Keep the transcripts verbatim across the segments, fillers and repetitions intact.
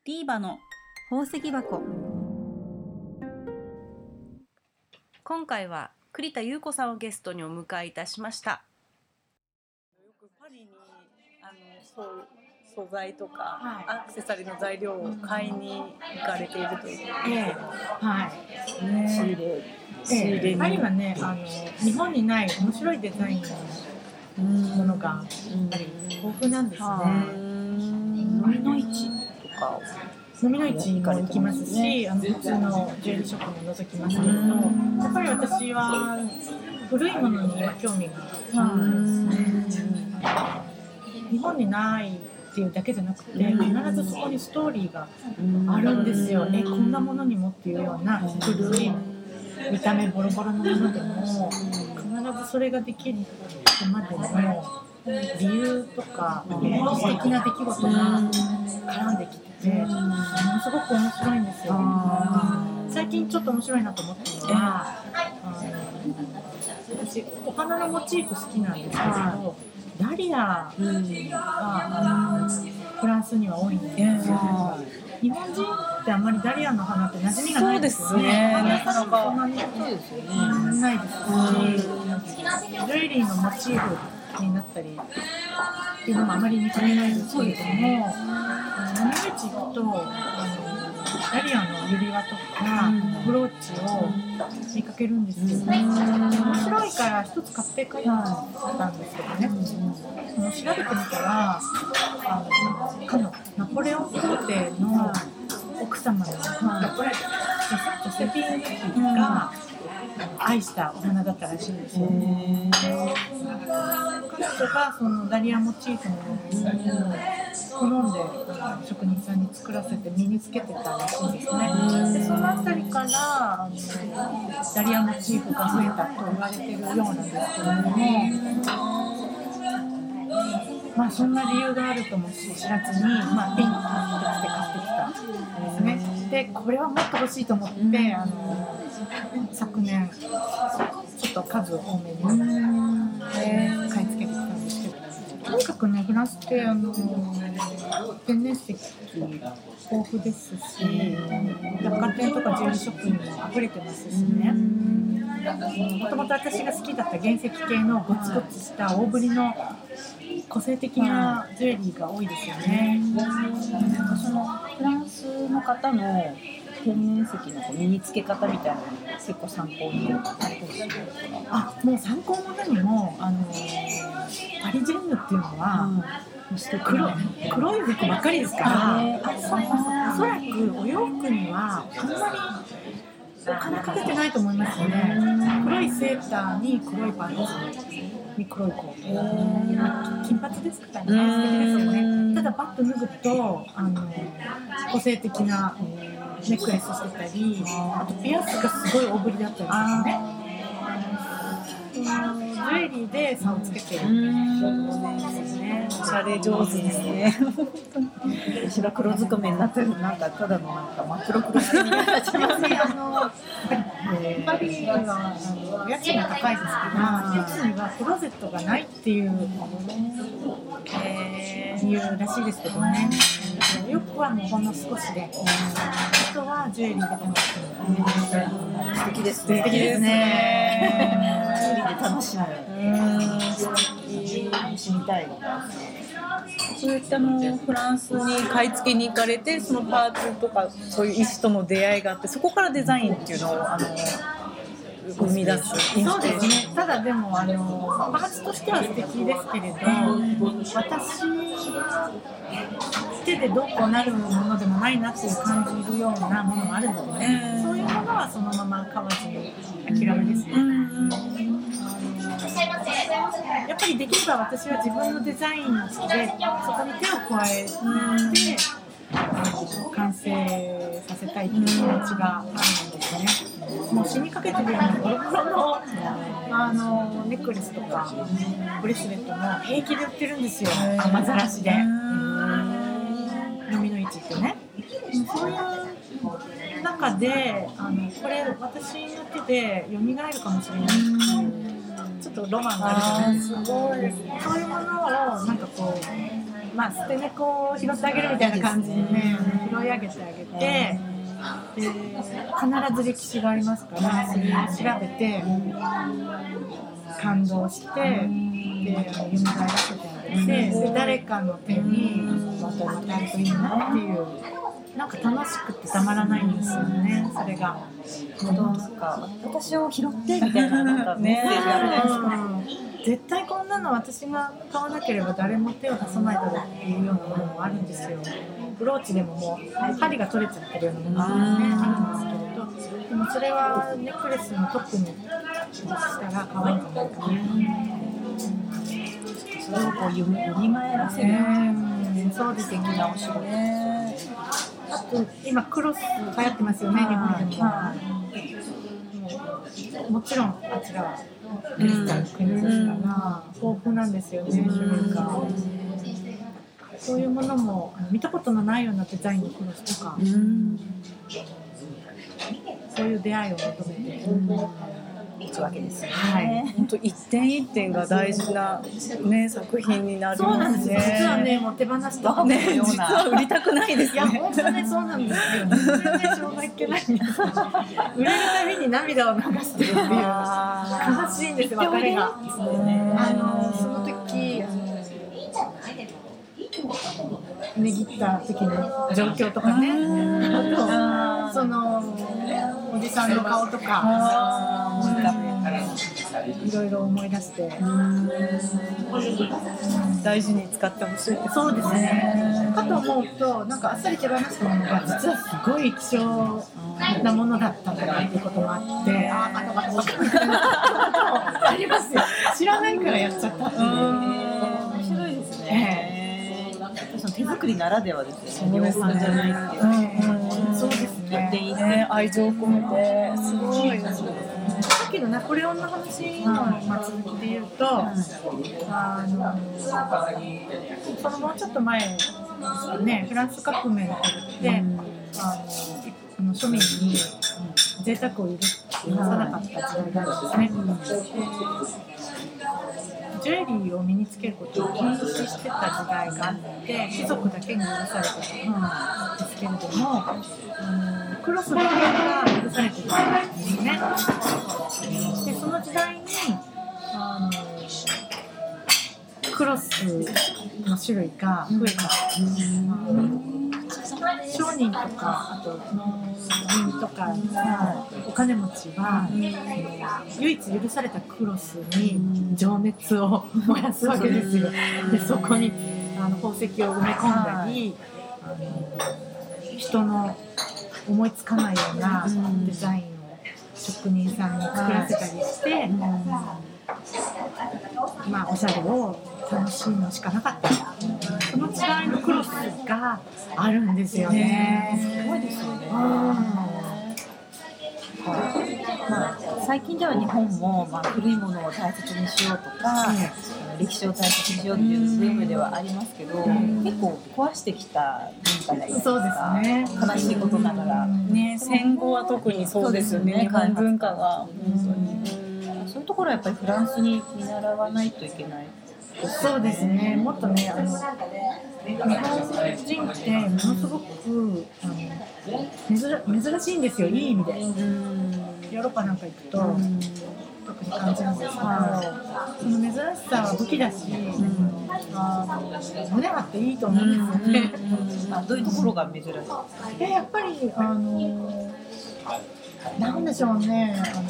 ディーバの宝石箱。今回は栗田優子さんをゲストにお迎えいたしました。よくパリにあのそう素材とか、はい、アクセサリーの材料を買いに行かれているということで、 ええ、はい、 ね、仕入れ、仕入れに、 パリはね、あの日本にない面白いデザインのものがやっぱり豊富なんですね。 飲みの市とかを飲みの市にも行きますし、あの普通のジュエリーショップも覗きますけれど、やっぱり私は古いものに今興味があるんですね。日本にないっていうだけじゃなくて、必ずそこにストーリーがあるんですよ。え、こんなものにもっていうような古い見た目ボロボロのものでも必ずそれができるまでの理由とか歴史的な出来事が絡んできてて、ものすごく面白いんですよ。最近ちょっと面白いなと思ったのは、私お花のモチーフ好きなんですけど、ダリアがフランスには多いんですよ。日本人ってあんまりダリアの花って馴染みがないですよね。 そうですね。なかなかそんなにそうですよね。ないですし、ジュエリーのモチーフになったりっていうのもあまり見かけないですけれども、飲み口行くとあのダリアの指輪とかブローチを見かけるんですけど、面白いから一つ買って帰ったんですけどね、うん、調べてみたらあのかのナポレオン皇帝の奥様のナポレオンジョセフィーヌが愛したお花だったらしいんですよ。彼女がそのダリアモチーフのものを好んで職人さんに作らせて身につけてたらしいんですね。でそのあたりからあのダリアモチーフが増えたと言われているようなんですけれども、まあそんな理由があるとも知らずに、まあ、ピンクって買ってきたんですね。でこれはもっと欲しいと思って、あの昨年ちょっと数多めに買い付けてきたんですけど、とにかくねフランスってあの天然石豊富ですし、百貨店とかジュエリーショップにも溢れてますしね。もともと私が好きだった原石系のゴツゴツした大ぶりの個性的なジュエリーが多いですよね。 そのフランスの方の天然石の身につけ方みたいなのが結構参考になるかあ、もう参考も何もあのパリジェンヌっていうのは、うん、黒, 黒い服ばっかりですから、えー、あおそらくお洋服にはあんまりお金かけてないと思いますよね。黒いセーターに黒いパンツに黒いコート、金髪ですからね、素敵ですよね。ただパッと脱ぐとあの個性的なネックレスしてたり、あとピアスがすごい大ぶりだったりとかね、ジュエリーで差をつけてるんですね。 おしゃれ上手ですね。私が黒ずくめになってる、なんかただのなんか真っ黒黒ずくめになっちゃいますね。 あのパリはあの家賃が高いですから一つにはクローゼットがないっていう理由らしいですけどね。よくはもうほんの少しで、あとはジュエリーで楽しむ。 素敵ですね。 素敵ですね。 ジュエリーで楽しむ。うん、知りたい。そういったのフランスに買い付けに行かれて、そのパーツとかそういう石との出会いがあって、そこからデザインっていうのをあの生み出す。 そうですね。ただでもあのパーツとしては素敵ですけれど、私手でどうこうなるものでもないなっていう感じるようなものもあるのでね、そういうものはそのまま買わずに諦めですね。やっぱりできれば私は自分のデザインでそこに手を加えて完成させたいという気持ちがあるんですね。もう死にかけてるようなボロボロの、あのネックレスとかブレスレットも平気で売ってるんですよ、雨ざらしで。飲みの市ってね、そういう中であのこれ私の手で蘇るかもしれないっていうちょっとロマンがあるじゃないですか。そういうものをなんかこう、まあ捨て猫を拾ってあげるみたいな感じでね、 拾い上げてあげて、で必ず歴史がありますからそれを調べて感動してで蘇らせてあげてで誰かの手に渡るといいなっていうなんか楽しくてたまらないんですよねそれが。 なんか私を拾ってみたいななんかメッセージあるじゃないですか。 絶対こんなの私が買わなければ誰も手を出さないだろうっていうようなものもあるんですよ。ブローチでももう針が取れちゃってるようなものがねあるんですけれどでもそれはネックレスの特にしたら可愛いんじゃないかな。 それをこうよみがえらせる、えー、そうです素敵なお仕事ですよね。 あと今クロス流行ってますよね日本でも、はい、も, もちろんあちらはクリスタルの国ですから、うん、豊富なんですよね種類が。そういうものも見たことのないようなデザインのクロスとか、うん、そういう出会いを求めて、うんいくわけですよね。 はい、本当一点一点が大事な、ね、作品になりますね。そうなんですよ。 実はね、もう手放したね、実は売りたくないですね。 いや、本当にそうなんですよ。全然しょうがいけないんですよ。売れるたびに涙を流してるっていう悲しいんですよ、別れが。あのその時値切った時の状況とかね、あとそのおじさんの顔とかいろいろ思い出して大事に使ってほしいですね。 そうですね。かと思うとなんかあっさり手放したものが実はすごい希少なものだったんだなっていうこともあってあーバカバカバカありますよ。知らないからやっちゃったっていう。 面白いですね。その手作りならではですよね。量産じゃないっていう。 うんうん、そうですね。 いいね、愛情込めてすごいですね。さっきのナポレオンの話の、まあ、続きで言うと、うん、あのそのもうちょっと前ですよね。フランス革命の頃って、うん、あの庶民に贅沢を許さなかった時代があるんですね。ジュエリーを身につけることを禁止してた時代があって貴族だけに許されてたんですけれども、うん、クロスだけが許されてたんですね。でその時代にあのクロスの種類が増えた、うん、商人とかあと農民とかお金持ちは、うん、唯一許されたクロスに情熱を燃やすわけですよ。でそこにあの宝石を埋め込んだり、あの人の思いつかないようなデザインを職人さんに作らせたりして、うん、まあおしゃれを楽しむしかなかった。その時代のクロスがあるんですよね。 すごいですよね。まあ、最近では日本も、まあ、古いものを大切にしようとか、うん、歴史を大切にしようっていうブームではありますけど、うん、結構壊してきた文化ですそうですね。 悲しいことながら、 ね、戦後は特にそうですよね。日本文化が本当に、うん、そういうところはやっぱりフランスに見習わないといけない。 そうですね。もっとね、あの日本人ってものすごくあの珍、珍しいんですよ、いい意味で。うん、ヨーロッパなんか行くと、うん、特に感じるんですけど、その珍しさは武器だし、うん、あ胸張っていいと思うんですよね。 うん、あどういうところが珍しい？ えやっぱりあのなんでしょうね。あの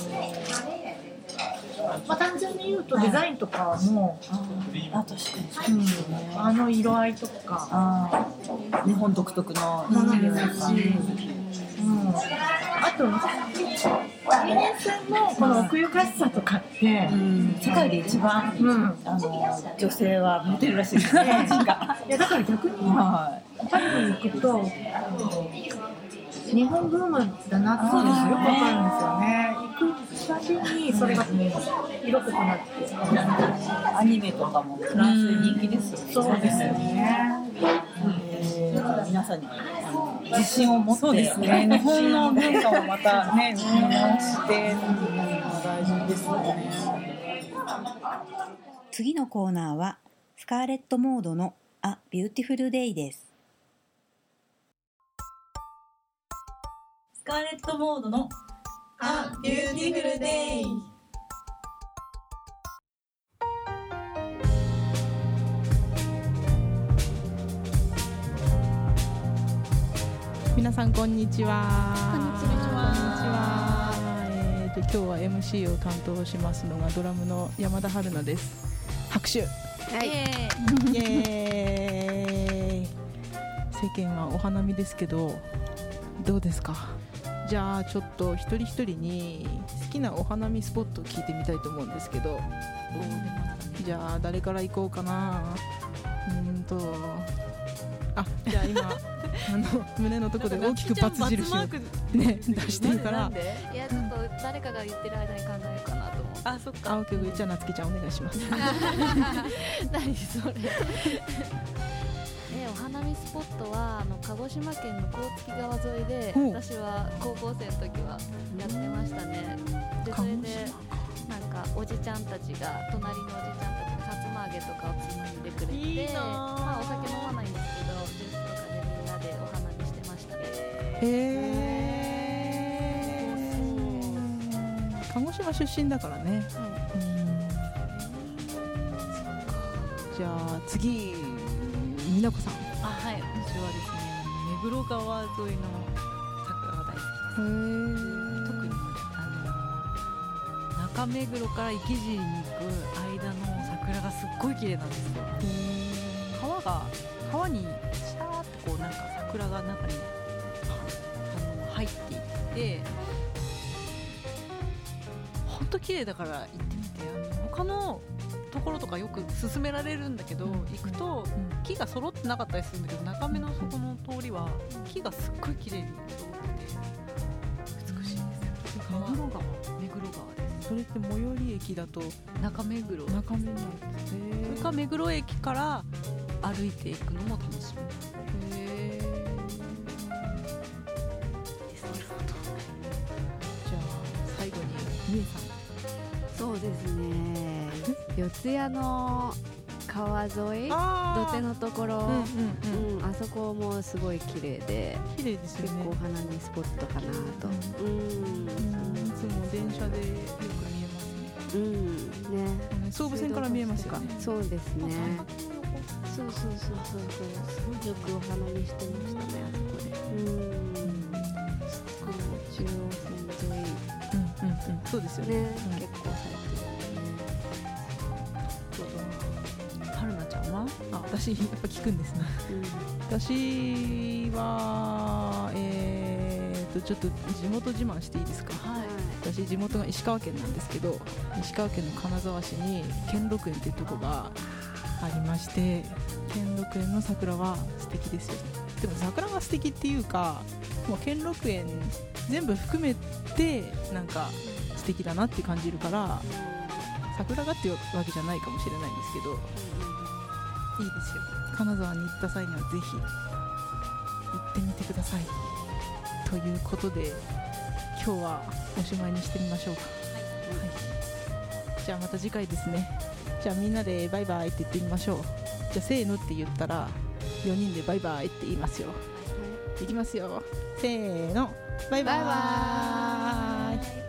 まあ、単純に言うとデザインとかも、 ああ確かに、うん、 あの色合いとかあ日本独特のものですし、うん、あと人間性のこの奥ゆかしさとかって、うん、 世界で一番、うん、あの女性はモテるらしいですね。 いやだから逆にパリに行くと日本ブームだなってそうですよくわかるんですよね。行くたびにそれが色濃くなってアニメとかもフランスで人気ですよね。 そうですよね。 えー、皆さんにあの自信を持ってそうですね。日本の文化をまたね見直して大事ですよね。 次のコーナーはスカーレット・モードのA Beautiful Dayです。 スカーレットモードの A Beautiful Day。 皆さんこんにちは。 こんにちは。 こんにちは。えーと今日は エムシー を担当しますのがドラムの山田春奈です。拍手。 はい。 イエーイ。世間はお花見ですけどどうですか。じゃあちょっと一人一人に好きなお花見スポットを聞いてみたいと思うんですけど、じゃあ誰から行こうかな。うーんとあ、じゃあ今あの胸のところで大きくバツ印をね出してるから、 いやちょっと誰かが言ってる間に考えようかなと思って。 あ、そっか。 青木ぐじゃあなつきちゃんお願いします。 何それ。えお花見スポットはあの鹿児島県の甲突川沿いで、 ほう私は高校生の時はやってましたね。でそれでなんかおじちゃんたちが隣のおじちゃんたちがさつま揚げとかをつまんでくれて、 いいなまあお酒飲まないんですけどジュースとかでみんなでお花見してましたね。 へー、鹿児島出身だからね。うん、じゃあ次美奈子さん。 あ、はい。私はですね、目黒川沿いの桜が大好きです。特にあの中目黒から生地に行く間の桜がすっごい綺麗なんですよ。川が川にシャーってこうなんか桜が中にあの入っていって本当綺麗だから行ってみて。あの他のところとかよく勧められるんだけど、うん、行くと、うん、木が揃ってなかったりするんだけど、中目のそこの通りは木がすっごい綺麗に揃ってて美しいんですよ。目黒川、目黒川です。 それって最寄り駅だと中目黒、 中目黒、 それか目黒駅から歩いていくのも楽しみ。へー。 じゃあ最後にみえさん。 そうですね、四谷の川沿い、土手のところ、うんうんうん、あそこもすごい綺麗で、 綺麗ですよね。 結構お花見スポットかなと、うんうん、 いつも電車でよく見えますね。うんね、総武線から見えますよね。 そうですね。そうそうそうそうそう、よくお花見してましたね、あそこで。うん、中央線沿い、 うんうんうん、そうですよね。 ね、結構最近。 春菜ちゃんは？あ、私やっぱ聞くんですね。うん、私はえーとちょっと地元自慢していいですか？はい。私地元が石川県なんですけど、石川県の金沢市に兼六園っていうとこがありまして、兼六園の桜は素敵ですよね。でも桜が素敵っていうか、もう兼六園全部含めてなんか素敵だなって感じるから、桜がっていうわけじゃないかもしれないんですけど、いいですよ。金沢に行った際にはぜひ行ってみてください。ということで今日はおしまいにしてみましょうか。はい、はい、じゃあまた次回ですね。じゃあみんなでバイバイって言ってみましょう。じゃあせーのって言ったらよにんでバイバイって言いますよ。はい、いきますよ。せーの、バイバイ。バイバイ。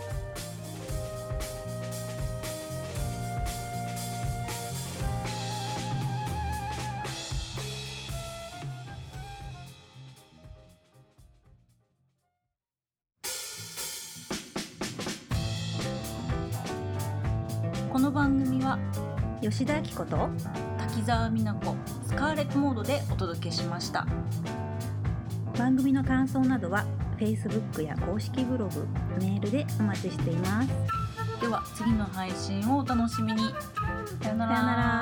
この番組は吉田明子と滝沢美奈子、スカーレットモードでお届けしました。 番組の感想などは Facebook や公式ブログ、メールでお待ちしています。 では次の配信をお楽しみに。さよなら。 さよなら。